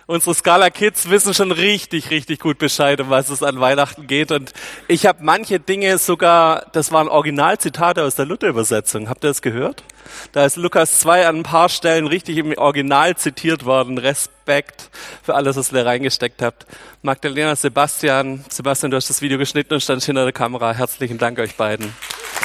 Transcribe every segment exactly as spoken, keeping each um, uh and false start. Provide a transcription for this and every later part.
Unsere Scala Kids wissen schon richtig, richtig gut Bescheid, um was es an Weihnachten geht. Und ich habe manche Dinge sogar, das waren Originalzitate aus der Luther-Übersetzung. Habt ihr das gehört? Da ist Lukas zwei an ein paar Stellen richtig im Original zitiert worden. Respekt für alles, was ihr da reingesteckt habt. Magdalena, Sebastian, Sebastian, du hast das Video geschnitten und standst hinter der Kamera. Herzlichen Dank euch beiden.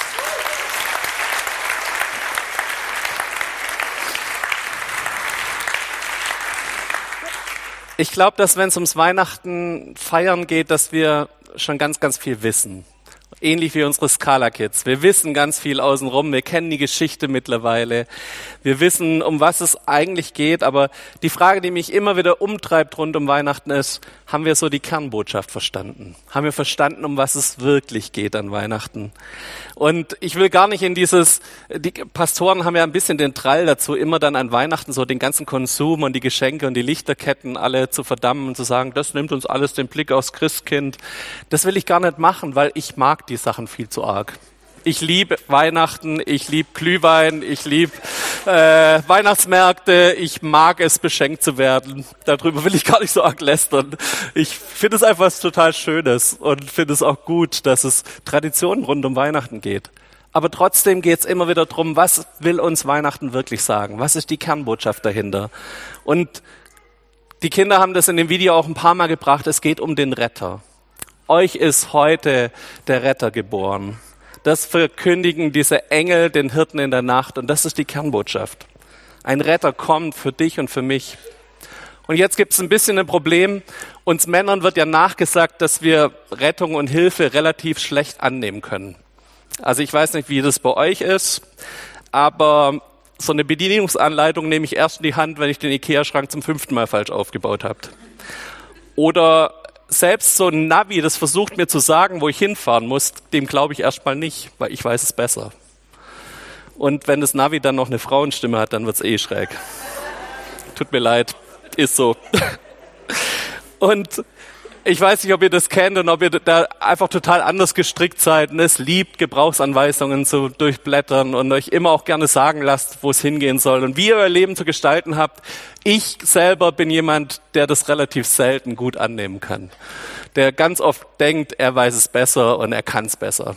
Ich glaube, dass wenn es ums Weihnachten feiern geht, dass wir schon ganz, ganz viel wissen. Ähnlich wie unsere Scala Kids. Wir wissen ganz viel außenrum, wir kennen die Geschichte mittlerweile. Wir wissen, um was es eigentlich geht, aber die Frage, die mich immer wieder umtreibt rund um Weihnachten ist, haben wir so die Kernbotschaft verstanden? Haben wir verstanden, um was es wirklich geht an Weihnachten? Und ich will gar nicht in dieses, die Pastoren haben ja ein bisschen den Trall dazu, immer dann an Weihnachten so den ganzen Konsum und die Geschenke und die Lichterketten alle zu verdammen und zu sagen, das nimmt uns alles den Blick aufs Christkind. Das will ich gar nicht machen, weil ich mag die Sachen viel zu arg. Ich liebe Weihnachten, ich liebe Glühwein, ich liebe äh, Weihnachtsmärkte, ich mag es, beschenkt zu werden. Darüber will ich gar nicht so arg lästern. Ich finde es einfach was total Schönes und finde es auch gut, dass es Traditionen rund um Weihnachten geht. Aber trotzdem geht es immer wieder darum, was will uns Weihnachten wirklich sagen? Was ist die Kernbotschaft dahinter? Und die Kinder haben das in dem Video auch ein paar Mal gebracht, es geht um den Retter. Euch ist heute der Retter geboren. Das verkündigen diese Engel den Hirten in der Nacht und das ist die Kernbotschaft. Ein Retter kommt für dich und für mich. Und jetzt gibt es ein bisschen ein Problem. Uns Männern wird ja nachgesagt, dass wir Rettung und Hilfe relativ schlecht annehmen können. Also ich weiß nicht, wie das bei euch ist, aber so eine Bedienungsanleitung nehme ich erst in die Hand, wenn ich den Ikea-Schrank zum fünften Mal falsch aufgebaut habe. Oder selbst so ein Navi, das versucht mir zu sagen, wo ich hinfahren muss, dem glaube ich erstmal nicht, weil ich weiß es besser. Und wenn das Navi dann noch eine Frauenstimme hat, dann wird's eh schräg. Tut mir leid, ist so. Und ich weiß nicht, ob ihr das kennt und ob ihr da einfach total anders gestrickt seid und es liebt, Gebrauchsanweisungen zu durchblättern und euch immer auch gerne sagen lasst, wo es hingehen soll und wie ihr euer Leben zu gestalten habt. Ich selber bin jemand, der das relativ selten gut annehmen kann. Der ganz oft denkt, er weiß es besser und er kann es besser.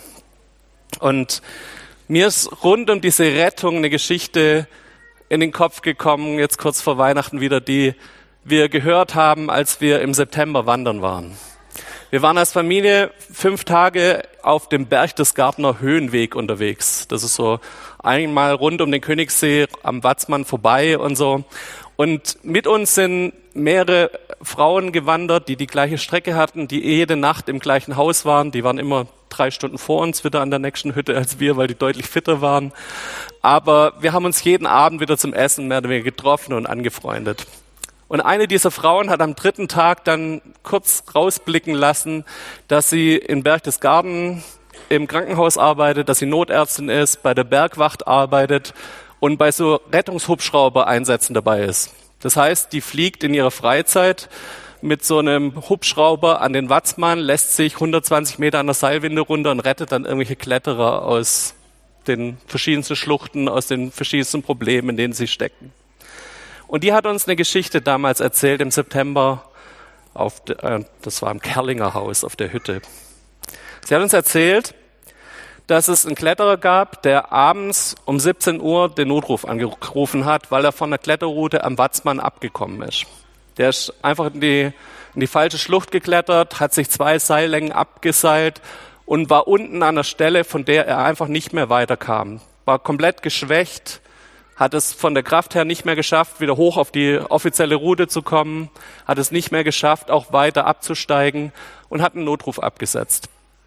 Und mir ist rund um diese Rettung eine Geschichte in den Kopf gekommen, jetzt kurz vor Weihnachten wieder, die wir gehört haben, als wir im September wandern waren. Wir waren als Familie fünf Tage auf dem Berchtesgadener Höhenweg unterwegs. Das ist so einmal rund um den Königssee am Watzmann vorbei und so. Und mit uns sind mehrere Frauen gewandert, die die gleiche Strecke hatten, die jede Nacht im gleichen Haus waren. Die waren immer drei Stunden vor uns wieder an der nächsten Hütte als wir, weil die deutlich fitter waren. Aber wir haben uns jeden Abend wieder zum Essen mehr oder weniger getroffen und angefreundet. Und eine dieser Frauen hat am dritten Tag dann kurz rausblicken lassen, dass sie in Berchtesgaden im Krankenhaus arbeitet, dass sie Notärztin ist, bei der Bergwacht arbeitet und bei so Rettungshubschrauber-Einsätzen dabei ist. Das heißt, die fliegt in ihrer Freizeit mit so einem Hubschrauber an den Watzmann, lässt sich hundertzwanzig Meter an der Seilwinde runter und rettet dann irgendwelche Kletterer aus den verschiedensten Schluchten, aus den verschiedensten Problemen, in denen sie stecken. Und die hat uns eine Geschichte damals erzählt im September, auf de, äh, das war im Kerlinger Haus auf der Hütte. Sie hat uns erzählt, dass es einen Kletterer gab, der abends um siebzehn Uhr den Notruf angerufen hat, weil er von der Kletterroute am Watzmann abgekommen ist. Der ist einfach in die, in die falsche Schlucht geklettert, hat sich zwei Seillängen abgeseilt und war unten an der Stelle, von der er einfach nicht mehr weiterkam. War komplett geschwächt, hat es von der Kraft her nicht mehr geschafft, wieder hoch auf die offizielle Route zu kommen, hat es nicht mehr geschafft, auch weiter abzusteigen und hat einen Notruf abgesetzt.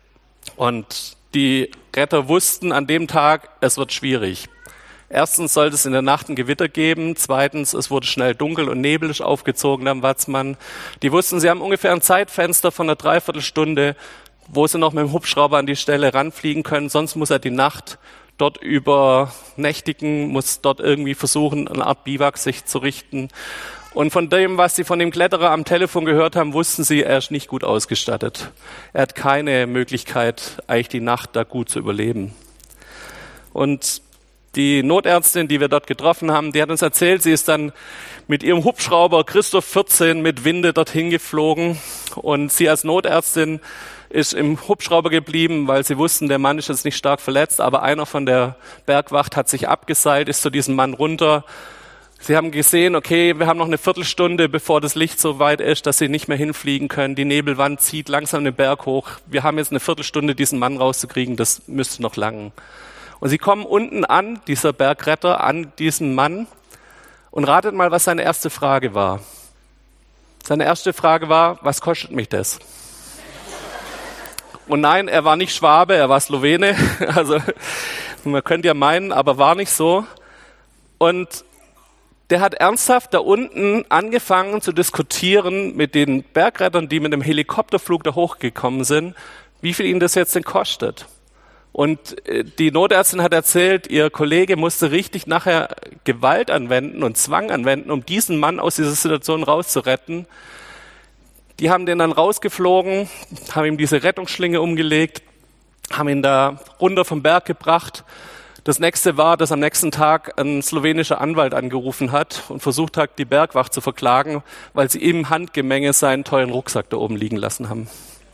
Und die Retter wussten an dem Tag, es wird schwierig. Erstens sollte es in der Nacht ein Gewitter geben, zweitens, es wurde schnell dunkel und nebelig aufgezogen am Watzmann. Die wussten, sie haben ungefähr ein Zeitfenster von einer Dreiviertelstunde, wo sie noch mit dem Hubschrauber an die Stelle ranfliegen können, sonst muss er die Nacht dort übernächtigen, muss dort irgendwie versuchen, eine Art Biwak sich zu richten. Und von dem, was sie von dem Kletterer am Telefon gehört haben, wussten sie, er ist nicht gut ausgestattet. Er hat keine Möglichkeit, eigentlich die Nacht da gut zu überleben. Und Die Notärztin, die wir dort getroffen haben, die hat uns erzählt, sie ist dann mit ihrem Hubschrauber Christoph vierzehn mit Winde dorthin geflogen. Und sie als Notärztin ist im Hubschrauber geblieben, weil sie wussten, der Mann ist jetzt nicht stark verletzt, aber einer von der Bergwacht hat sich abgeseilt, ist zu diesem Mann runter. Sie haben gesehen, okay, wir haben noch eine Viertelstunde, bevor das Licht so weit ist, dass sie nicht mehr hinfliegen können. Die Nebelwand zieht langsam den Berg hoch. Wir haben jetzt eine Viertelstunde, diesen Mann rauszukriegen, das müsste noch langen. Und sie kommen unten an, dieser Bergretter, an diesen Mann. Und ratet mal, was seine erste Frage war. Seine erste Frage war, was kostet mich das? Und nein, er war nicht Schwabe, er war Slowene. Also man könnte ja meinen, aber war nicht so. Und der hat ernsthaft da unten angefangen zu diskutieren mit den Bergrettern, die mit dem Helikopterflug da hochgekommen sind, wie viel ihnen das jetzt denn kostet. Und die Notärztin hat erzählt, ihr Kollege musste richtig nachher Gewalt anwenden und Zwang anwenden, um diesen Mann aus dieser Situation rauszuretten. Die haben den dann rausgeflogen, haben ihm diese Rettungsschlinge umgelegt, haben ihn da runter vom Berg gebracht. Das nächste war, dass am nächsten Tag ein slowenischer Anwalt angerufen hat und versucht hat, die Bergwacht zu verklagen, weil sie im Handgemenge seinen teuren Rucksack da oben liegen lassen haben.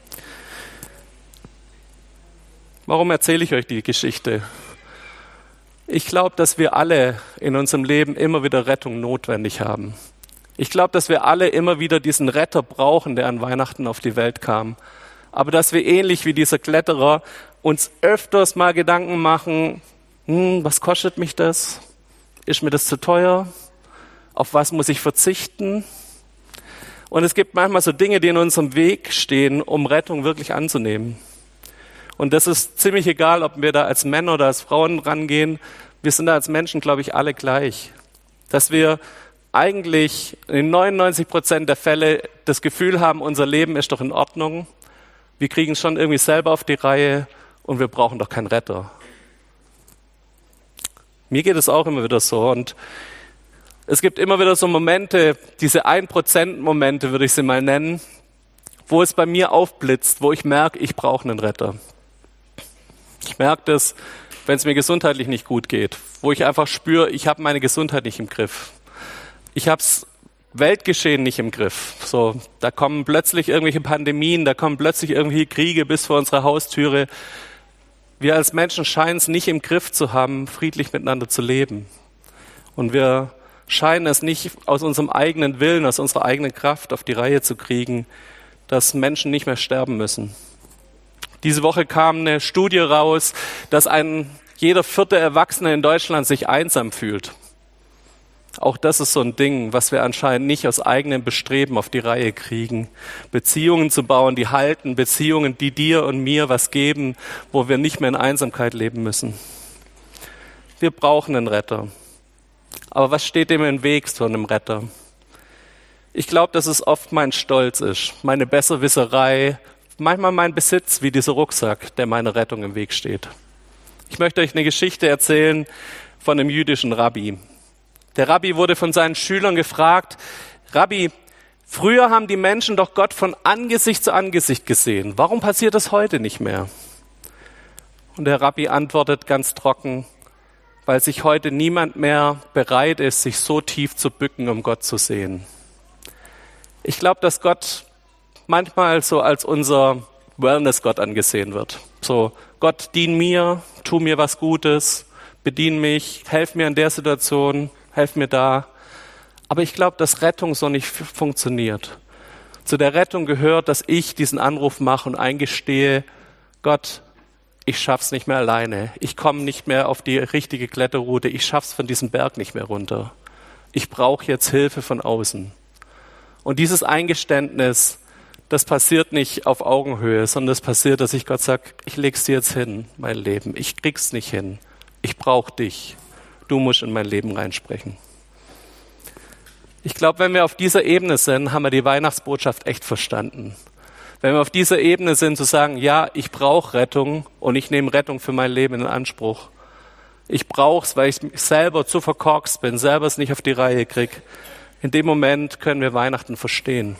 Warum erzähle ich euch die Geschichte? Ich glaube, dass wir alle in unserem Leben immer wieder Rettung notwendig haben. Ich glaube, dass wir alle immer wieder diesen Retter brauchen, der an Weihnachten auf die Welt kam. Aber dass wir ähnlich wie dieser Kletterer uns öfters mal Gedanken machen, hm, was kostet mich das? Ist mir das zu teuer? Auf was muss ich verzichten? Und es gibt manchmal so Dinge, die in unserem Weg stehen, um Rettung wirklich anzunehmen. Und das ist ziemlich egal, ob wir da als Männer oder als Frauen rangehen. Wir sind da als Menschen, glaube ich, alle gleich. Dass wir eigentlich in neunundneunzig Prozent der Fälle das Gefühl haben, unser Leben ist doch in Ordnung. Wir kriegen es schon irgendwie selber auf die Reihe und wir brauchen doch keinen Retter. Mir geht es auch immer wieder so. Und es gibt immer wieder so Momente, diese ein Prozent Momente würde ich sie mal nennen, wo es bei mir aufblitzt, wo ich merke, ich brauche einen Retter. Ich merke das, wenn es mir gesundheitlich nicht gut geht, wo ich einfach spüre, ich habe meine Gesundheit nicht im Griff. Ich habe das Weltgeschehen nicht im Griff. So, da kommen plötzlich irgendwelche Pandemien, da kommen plötzlich irgendwelche Kriege bis vor unsere Haustüre. Wir als Menschen scheinen es nicht im Griff zu haben, friedlich miteinander zu leben. Und wir scheinen es nicht aus unserem eigenen Willen, aus unserer eigenen Kraft auf die Reihe zu kriegen, dass Menschen nicht mehr sterben müssen. Diese Woche kam eine Studie raus, dass ein jeder vierte Erwachsene in Deutschland sich einsam fühlt. Auch das ist so ein Ding, was wir anscheinend nicht aus eigenem Bestreben auf die Reihe kriegen. Beziehungen zu bauen, die halten, Beziehungen, die dir und mir was geben, wo wir nicht mehr in Einsamkeit leben müssen. Wir brauchen einen Retter. Aber was steht dem im Weg zu einem Retter? Ich glaube, dass es oft mein Stolz ist, meine Besserwisserei, manchmal mein Besitz, wie dieser Rucksack, der meiner Rettung im Weg steht. Ich möchte euch eine Geschichte erzählen von einem jüdischen Rabbi. Der Rabbi wurde von seinen Schülern gefragt, Rabbi, früher haben die Menschen doch Gott von Angesicht zu Angesicht gesehen. Warum passiert das heute nicht mehr? Und der Rabbi antwortet ganz trocken, weil sich heute niemand mehr bereit ist, sich so tief zu bücken, um Gott zu sehen. Ich glaube, dass Gott manchmal so als unser Wellness-Gott angesehen wird. So, Gott, dien mir, tu mir was Gutes, bedien mich, helf mir in der Situation, helf mir da. Aber ich glaube, dass Rettung so nicht f- funktioniert. Zu der Rettung gehört, dass ich diesen Anruf mache und eingestehe, Gott, ich schaff's nicht mehr alleine. Ich komme nicht mehr auf die richtige Kletterroute. Ich schaff's von diesem Berg nicht mehr runter. Ich brauche jetzt Hilfe von außen. Und dieses Eingeständnis, das passiert nicht auf Augenhöhe, sondern das passiert, dass ich Gott sage, ich leg's dir jetzt hin, mein Leben. Ich krieg's nicht hin. Ich brauche dich. Du musst in mein Leben reinsprechen. Ich glaube, wenn wir auf dieser Ebene sind, haben wir die Weihnachtsbotschaft echt verstanden. Wenn wir auf dieser Ebene sind, zu sagen, ja, ich brauche Rettung und ich nehme Rettung für mein Leben in Anspruch. Ich brauche es, weil ich selber zu verkorkst bin, selber es nicht auf die Reihe kriege. In dem Moment können wir Weihnachten verstehen.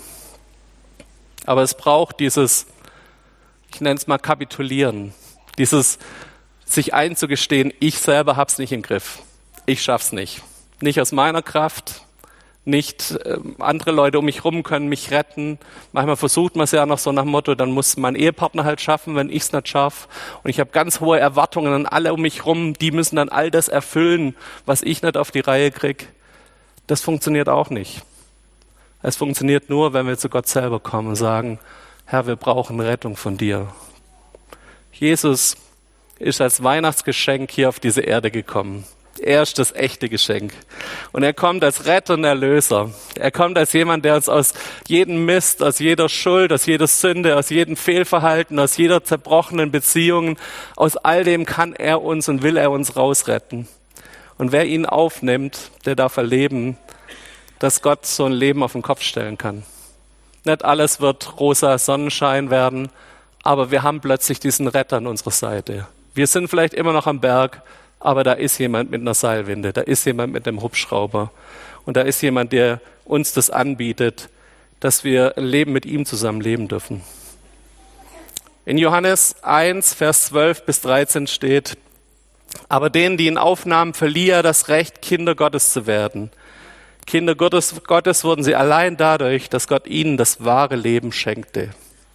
Aber es braucht dieses, ich nenne es mal Kapitulieren, dieses sich einzugestehen, ich selber hab's nicht im Griff. Ich schaff's nicht. Nicht aus meiner Kraft, nicht äh, andere Leute um mich rum können mich retten. Manchmal versucht man es ja noch so nach dem Motto, dann muss mein Ehepartner halt schaffen, wenn ich es nicht schaffe. Und ich habe ganz hohe Erwartungen an alle um mich rum, die müssen dann all das erfüllen, was ich nicht auf die Reihe krieg. Das funktioniert auch nicht. Es funktioniert nur, wenn wir zu Gott selber kommen und sagen, Herr, wir brauchen Rettung von dir. Jesus ist als Weihnachtsgeschenk hier auf diese Erde gekommen. Er ist das echte Geschenk. Und er kommt als Retter und Erlöser. Er kommt als jemand, der uns aus jedem Mist, aus jeder Schuld, aus jeder Sünde, aus jedem Fehlverhalten, aus jeder zerbrochenen Beziehung, aus all dem kann er uns und will er uns rausretten. Und wer ihn aufnimmt, der darf erleben, dass Gott so ein Leben auf den Kopf stellen kann. Nicht alles wird rosa Sonnenschein werden, aber wir haben plötzlich diesen Retter an unserer Seite. Wir sind vielleicht immer noch am Berg, aber da ist jemand mit einer Seilwinde, da ist jemand mit einem Hubschrauber und da ist jemand, der uns das anbietet, dass wir ein Leben mit ihm zusammen leben dürfen. In Johannes eins, Vers zwölf bis dreizehn steht, aber denen, die ihn aufnahmen, verlieh er das Recht, Kinder Gottes zu werden. Kinder Gottes, Gottes wurden sie allein dadurch, dass Gott ihnen das wahre Leben schenkte.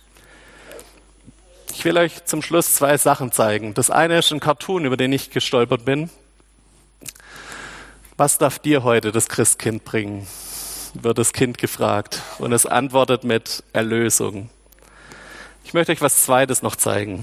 Ich will euch zum Schluss zwei Sachen zeigen. Das eine ist ein Cartoon, über den ich gestolpert bin. Was darf dir heute das Christkind bringen? Wird das Kind gefragt. Und es antwortet mit Erlösung. Ich möchte euch was Zweites noch zeigen.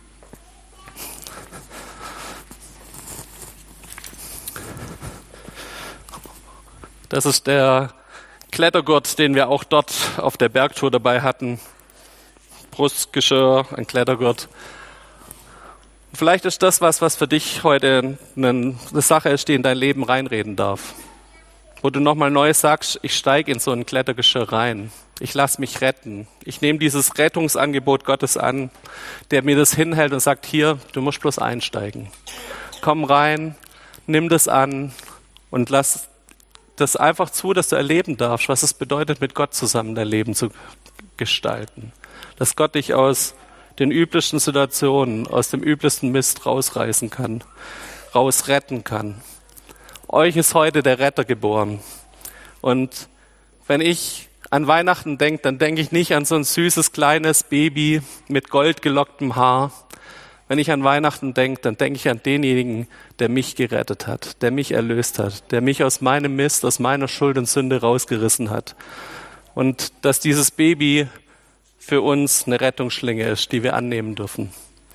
Das ist der Klettergurt, den wir auch dort auf der Bergtour dabei hatten. Brustgeschirr, ein Klettergurt. Vielleicht ist das was, was für dich heute eine Sache ist, die in dein Leben reinreden darf. Wo du nochmal neu sagst, ich steige in so ein Klettergeschirr rein. Ich lasse mich retten. Ich nehme dieses Rettungsangebot Gottes an, der mir das hinhält und sagt, hier, du musst bloß einsteigen. Komm rein, nimm das an und lass das einfach zu, dass du erleben darfst, was es bedeutet, mit Gott zusammen dein Leben zu gestalten. Dass Gott dich aus den üblichsten Situationen, aus dem üblichsten Mist rausreißen kann, rausretten kann. Euch ist heute der Retter geboren. Und wenn ich an Weihnachten denke, dann denke ich nicht an so ein süßes kleines Baby mit goldgelocktem Haar. Wenn ich an Weihnachten denke, dann denke ich an denjenigen, der mich gerettet hat, der mich erlöst hat, der mich aus meinem Mist, aus meiner Schuld und Sünde rausgerissen hat. Und dass dieses Baby für uns eine Rettungsschlinge ist, die wir annehmen dürfen.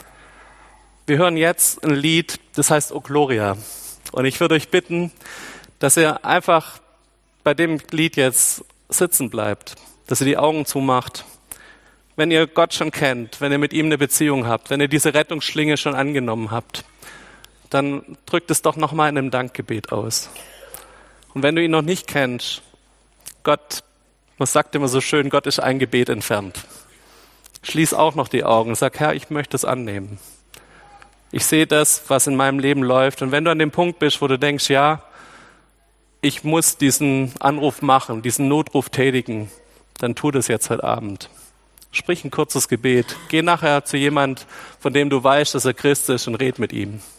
Wir hören jetzt ein Lied, das heißt O Gloria. Und ich würde euch bitten, dass ihr einfach bei dem Lied jetzt sitzen bleibt, dass ihr die Augen zumacht. Wenn ihr Gott schon kennt, wenn ihr mit ihm eine Beziehung habt, wenn ihr diese Rettungsschlinge schon angenommen habt, dann drückt es doch nochmal in einem Dankgebet aus. Und wenn du ihn noch nicht kennst, Gott, man sagt immer so schön, Gott ist ein Gebet entfernt. Schließ auch noch die Augen und sag, Herr, ich möchte es annehmen. Ich sehe das, was in meinem Leben läuft. Und wenn du an dem Punkt bist, wo du denkst, ja, ich muss diesen Anruf machen, diesen Notruf tätigen, dann tu das jetzt heute Abend. Sprich ein kurzes Gebet. Geh nachher zu jemand, von dem du weißt, dass er Christ ist, und red mit ihm.